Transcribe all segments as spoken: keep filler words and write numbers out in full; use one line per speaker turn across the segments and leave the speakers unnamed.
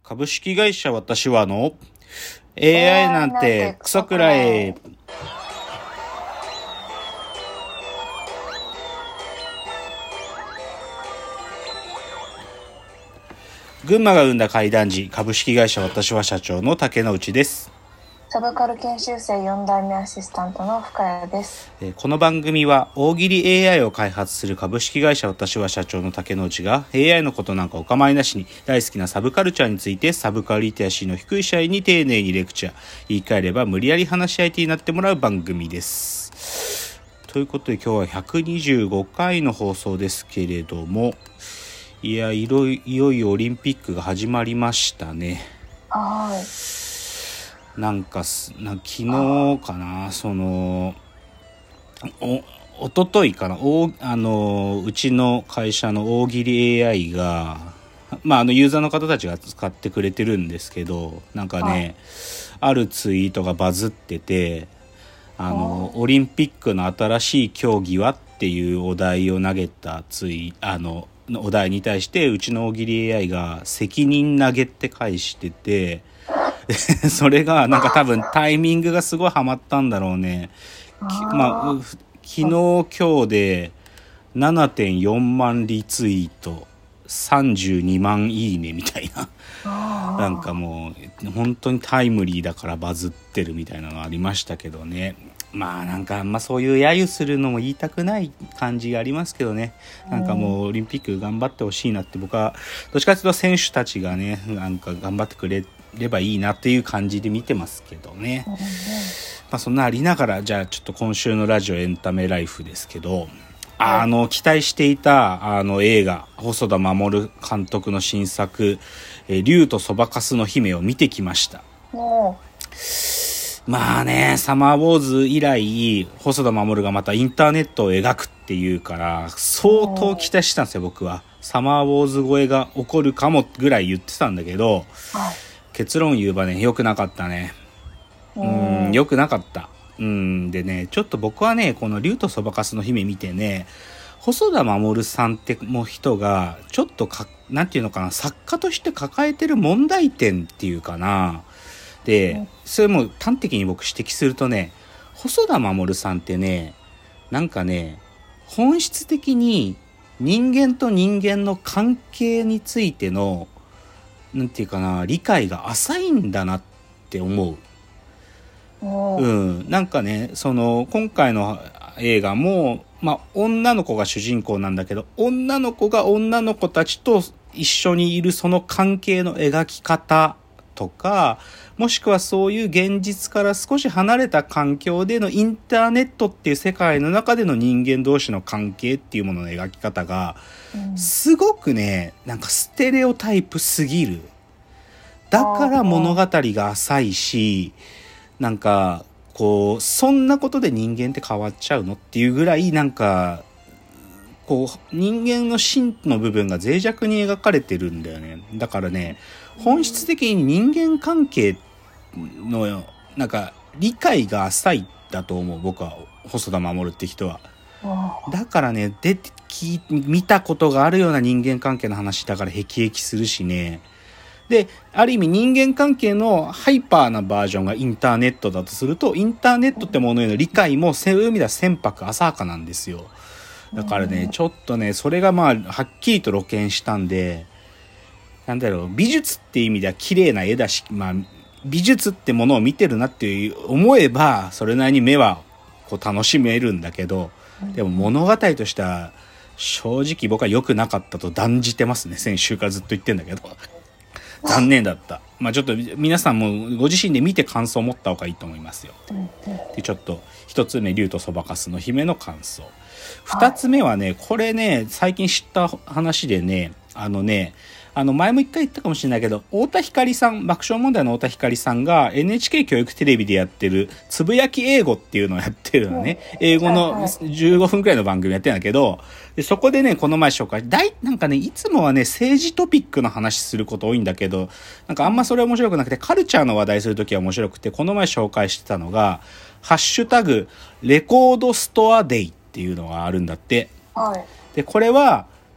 株式会社私はの エーアイ なんてクソくらい。群馬が生んだ怪談時、株式会社私は社長の竹之内です。
サブカル研修生よん代目アシスタントの深谷です。
この番組は大喜利 エーアイ を開発する株式会社私は社長の竹之内が エーアイ のことなんかお構いなしに大好きなサブカルチャーについてサブカルリテラシーの低い社員に丁寧にレクチャー、言い換えれば無理やり話し相手になってもらう番組です。ということで今日はひゃくにじゅうごかいの放送ですけれども、いやいろいよいよオリンピックが始まりましたね。
はい。
なんかな昨日かな、そのおおとといかな、おあのうちの会社の大喜利 エーアイ が、まあ、あのユーザーの方たちが使ってくれてるんですけど、なんかね、あるツイートがバズってて、あのオリンピックの新しい競技はっていうお題を投げたツイあのお題に対してうちの大喜利 エーアイ が責任投げって返しててそれがなんか多分タイミングがすごいハマったんだろうね。まあ、昨日今日で ななてんよんまんリツイートさんじゅうにまんいいねみたいななんかもう本当にタイムリーだからバズってるみたいなのがありましたけどね。まあなんかあんまそういう揶揄するのも言いたくない感じがありますけどね。なんかもうオリンピック頑張ってほしいなって、僕はどっちかというと選手たちがねなんか頑張ってくれればいいなっていう感じで見てますけどね。まあそんなありながら、じゃあちょっと今週のラジオエンタメライフですけど、あの期待していたあの映画細田守監督の新作え竜とそばかすの姫を見てきました。まあね、サマーウォーズ以来細田守がまたインターネットを描くっていうから相当期待してたんですよ。僕はサマーウォーズ超えが起こるかもぐらい言ってたんだけど、結論言うばね、良くなかったね。うん、良くなかった。うんでね、ちょっと僕はね、この竜とそばかすの姫見てね、細田守さんってもう人がちょっとかなんていうのかな、作家として抱えてる問題点っていうかな。で、それも端的に僕指摘するとね、細田守さんってね、なんかね、本質的に人間と人間の関係についてのなんていうかな、理解が浅いんだなって思う。うん、なんかね、その今回の映画も、まあ、女の子が主人公なんだけど、女の子が女の子たちと一緒にいるその関係の描き方とか、もしくはそういう現実から少し離れた環境でのインターネットっていう世界の中での人間同士の関係っていうものの描き方が、すごくね、なんかステレオタイプすぎる。だから物語が浅いし、なんかこうそんなことで人間って変わっちゃうのっていうぐらい、なんかこう人間の真の部分が脆弱に描かれてるんだよね。だからね、本質的に人間関係のなんか理解が浅いだと思う、僕は。細田守って人は。だからね、出てき見たことがあるような人間関係の話だからへきへきするしね。で、ある意味人間関係のハイパーなバージョンがインターネットだとすると、インターネットってものへの理解もそういう意味では船舶浅はかなんですよ。だからね、ちょっとね、それがまあはっきりと露見したんで、なんだろう、美術っていう意味では綺麗な絵だし、まあ美術ってものを見てるなっていう思えばそれなりに目はこう楽しめるんだけど、でも物語としては正直僕は良くなかったと断じてますね。先週からずっと言ってんだけど残念だった。まあちょっと皆さんもご自身で見て感想を持った方がいいと思いますよ。で、ちょっと一つ目、竜とそばかすの姫の感想。二つ目はね、これね、最近知った話でね、あのね、あの前も一回言ったかもしれないけど、太田光さん、爆笑問題の太田光さんが エヌエイチケー 教育テレビでやってるつぶやき英語っていうのをやってるのね。英語のじゅうごふんくらいの番組やってるんだけど、でそこでね、この前紹介、大なんかね、いつもはね、政治トピックの話すること多いんだけど、なんかあんまそれ面白くなくて、カルチャーの話題するときは面白くて、この前紹介してたのが、ハッシュタグ、レコードストアデイっていうのがあるんだって。で、これは、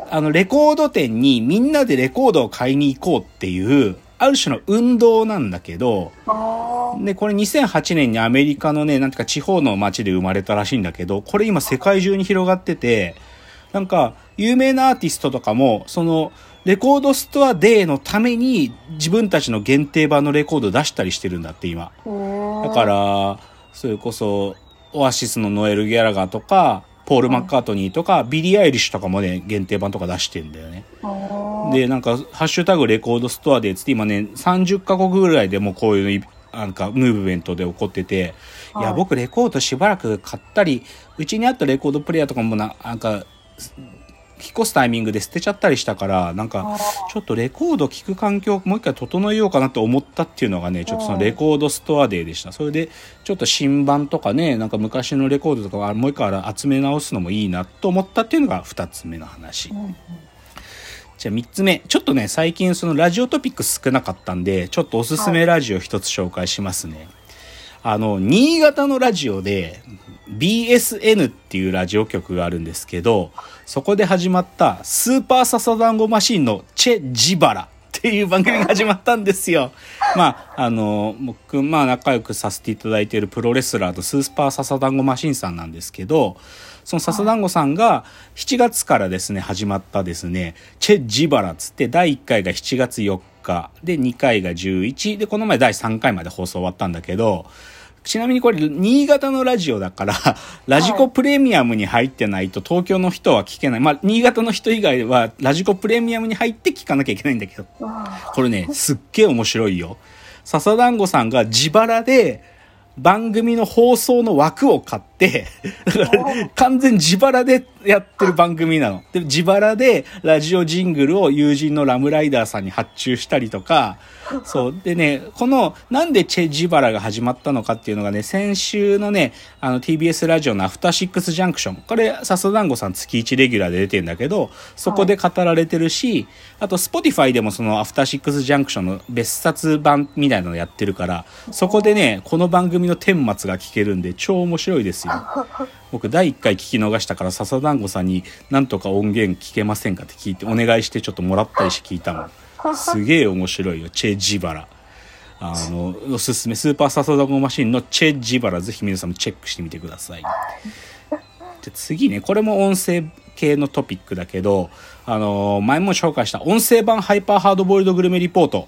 あのレコード店にみんなでレコードを買いに行こうっていうある種の運動なんだけど、でこれにせんはちねんにアメリカのねなんていうか地方の町で生まれたらしいんだけど、これ今世界中に広がってて、なんか有名なアーティストとかもそのレコードストアデーのために自分たちの限定版のレコードを出したりしてるんだって今。だからそれこそオアシスのノエル・ギャラガーとかポール・マッカートニーとかビリー・アイリッシュとかもね限定版とか出してんだよね。でなんかハッシュタグレコードストアデーつって今ねさんじゅっかこくぐらいでもうこういうなんかムーブメントで起こってて、いや僕レコードしばらく買ったり、うちにあったレコードプレイヤーとかもななんか引っ越すタイミングで捨てちゃったりしたから、なんかちょっとレコード聴く環境をもう一回整えようかなと思ったっていうのがね、ちょっとそのレコードストアデーでした。それでちょっと新版とかね、なんか昔のレコードとかもう一回集め直すのもいいなと思ったっていうのがふたつめの話。じゃあみっつめ、ちょっとね最近そのラジオトピック少なかったんで、ちょっとおすすめラジオ一つ紹介しますね。あの新潟のラジオで ビーエスエヌ っていうラジオ局があるんですけど、そこで始まったスーパーササダンゴマシンのチェ・ジバラっていう番組が始まったんですよ。まああの僕まあ仲良くさせていただいているプロレスラーとスーパーササダンゴマシンさんなんですけど、そのササダンゴさんがしちがつからですね始まったですねチェ・ジバラつって、だいいっかいがしちがつよっかでにかいがじゅういちで、この前だいさんかいまで放送終わったんだけど、ちなみにこれ新潟のラジオだからラジコプレミアムに入ってないと東京の人は聞けない。まあ新潟の人以外はラジコプレミアムに入って聞かなきゃいけないんだけど、これねすっげえ面白いよ。笹団子さんが自腹で番組の放送の枠を買ってだから完全自腹でやってる番組なので、自腹でラジオジングルを友人のラムライダーさんに発注したりとか、そうでね、このなんでチェ・ジバラが始まったのかっていうのがね、先週のねあの ティービーエス ラジオのアフターシックスジャンクション、これ笹団子さん月いちレギュラーで出てるんだけど、そこで語られてるし、あと Spotify でもそのアフターシックスジャンクションの別冊版みたいなのやってるから、そこでねこの番組の顛末が聞けるんで超面白いですよ。僕だいいっかい聞き逃したから笹団子さんになんとか音源聞けませんかって聞いてお願いしてちょっともらったりして聞いたの。すげえ面白いよチェ・ジバラ。あのおすすめスーパーササダンゴマシンのチェ・ジバラ、ぜひ皆さんもチェックしてみてください。で次ね、これも音声系のトピックだけど、あの前も紹介した音声版ハイパーハードボイルドグルメリポート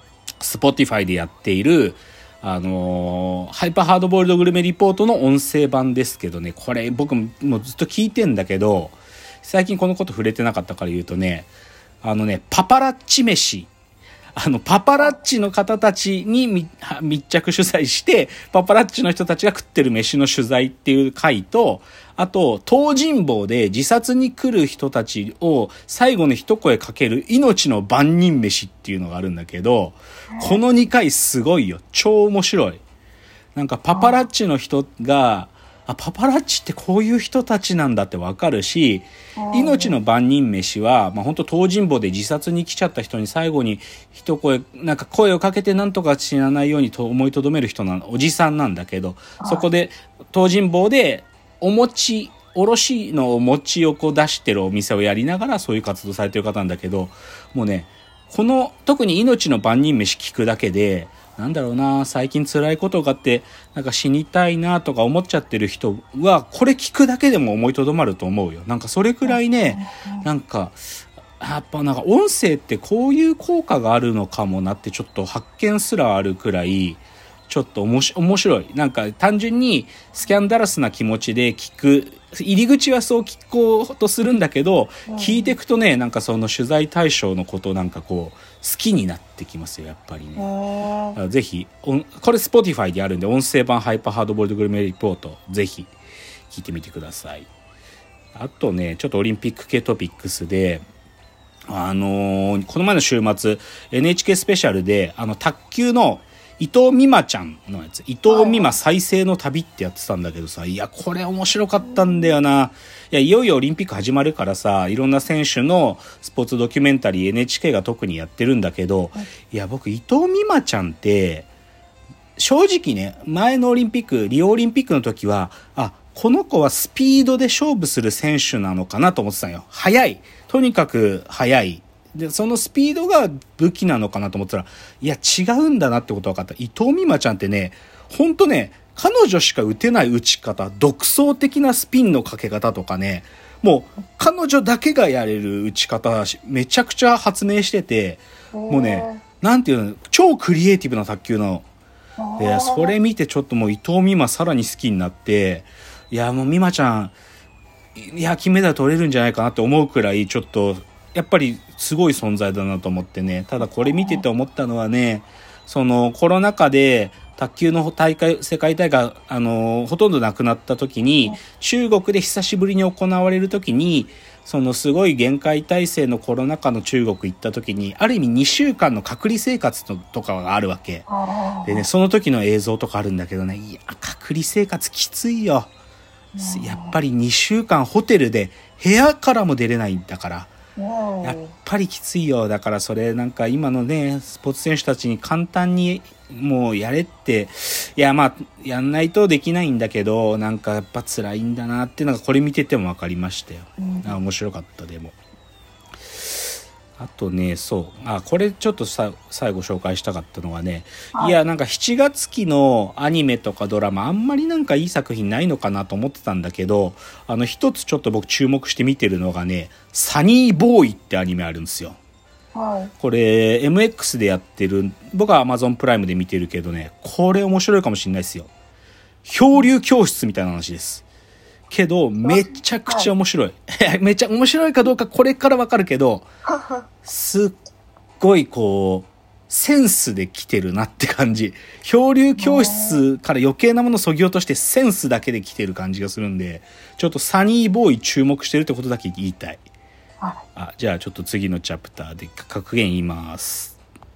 Spotify でやっているあのー、ハイパーハードボイルドグルメリポートの音声版ですけどね、これ僕もずっと聞いてんだけど、最近このこと触れてなかったから言うとね、あのねパパラッチ飯、あのパパラッチの方たちに密着取材して、パパラッチの人たちが食ってる飯の取材っていう回と、あと東尋坊で自殺に来る人たちを最後に一声かける命の番人飯っていうのがあるんだけど、このにかいすごいよ、超面白い。なんかパパラッチの人があパパラッチってこういう人たちなんだってわかるし、命の番人飯は、まあ、本当東尋坊で自殺に来ちゃった人に最後に一声なんか声をかけてなんとか死なないようにと思いとどめる人なおじさんなんだけど、そこで東尋坊でお餅おろしのお餅をこう出してるお店をやりながらそういう活動されてる方なんだけど、もうねこの特に命の番人飯聞くだけで、なんだろうな、最近辛いことがあってなんか死にたいなとか思っちゃってる人はこれ聞くだけでも思いとどまると思うよ。なんかそれくらいね、なんかやっぱなんか音声ってこういう効果があるのかもなってちょっと発見すらあるくらいちょっと面白い。なんか単純にスキャンダラスな気持ちで聞く、入り口はそう聞こうとするんだけど、聞いていくとね、なんかその取材対象のことなんかこう好きになってきますよやっぱりね。ぜひこれ Spotify であるんで、音声版ハイパーハードボイルドグルメリポートぜひ聞いてみてください。あとねちょっとオリンピック系トピックスで、あのー、この前の週末 エヌエイチケー スペシャルであの卓球の伊藤美誠ちゃんのやつ、伊藤美誠再生の旅ってやってたんだけどさ、いやこれ面白かったんだよな。いやいよいよオリンピック始まるからさ、いろんな選手のスポーツドキュメンタリー エヌエイチケー が特にやってるんだけど、いや僕伊藤美誠ちゃんって正直ね、前のオリンピックリオオリンピックの時はあこの子はスピードで勝負する選手なのかなと思ってたんよ。速い。とにかく速い。で、そのスピードが武器なのかなと思ってたら、いや違うんだなってことが分かった。伊藤美誠ちゃんってね、ほんとね、彼女しか打てない打ち方、独創的なスピンのかけ方とかね、もう彼女だけがやれる打ち方、めちゃくちゃ発明してて、もうね、なんていうの、超クリエイティブな卓球なの。で、それ見てちょっともう伊藤美誠さらに好きになって、いやもう美誠ちゃん、いや金メダル取れるんじゃないかなって思うくらい、ちょっとやっぱりすごい存在だなと思ってね。ただこれ見てて思ったのはね、そのコロナ禍で卓球の大会、世界大会、あの、ほとんどなくなった時に、中国で久しぶりに行われる時に、そのすごい厳戒態勢のコロナ禍の中国行った時に、ある意味にしゅうかんの隔離生活とかがあるわけ。でね、その時の映像とかあるんだけどね、いや、隔離生活きついよ。やっぱりにしゅうかんホテルで部屋からも出れないんだから。やっぱりきついよ。だからそれなんか今のねスポーツ選手たちに簡単にもうやれって、いやまあやんないとできないんだけど、なんかやっぱ辛いんだなっていうのがこれ見てても分かりましたよ。あ、面白かった。でもあとね、そうあこれちょっとさ最後紹介したかったのがね、いやなんかしちがつ期のアニメとかドラマあんまりなんかいい作品ないのかなと思ってたんだけど、あの一つちょっと僕注目して見てるのがね、サニーボーイってアニメあるんですよ。はい、これ エムエックス でやってる、僕は Amazon プライムで見てるけどね、これ面白いかもしれないですよ。漂流教室みたいな話ですけど、めちゃくちゃ面白い。はい、めちゃ面白いかどうかこれからわかるけど、すっごいこう、センスで来てるなって感じ。漂流教室から余計なものを削ぎ落としてセンスだけで来てる感じがするんで、ちょっとサニーボーイ注目してるってことだけ言いたい。あ、じゃあちょっと次のチャプターで格言言います。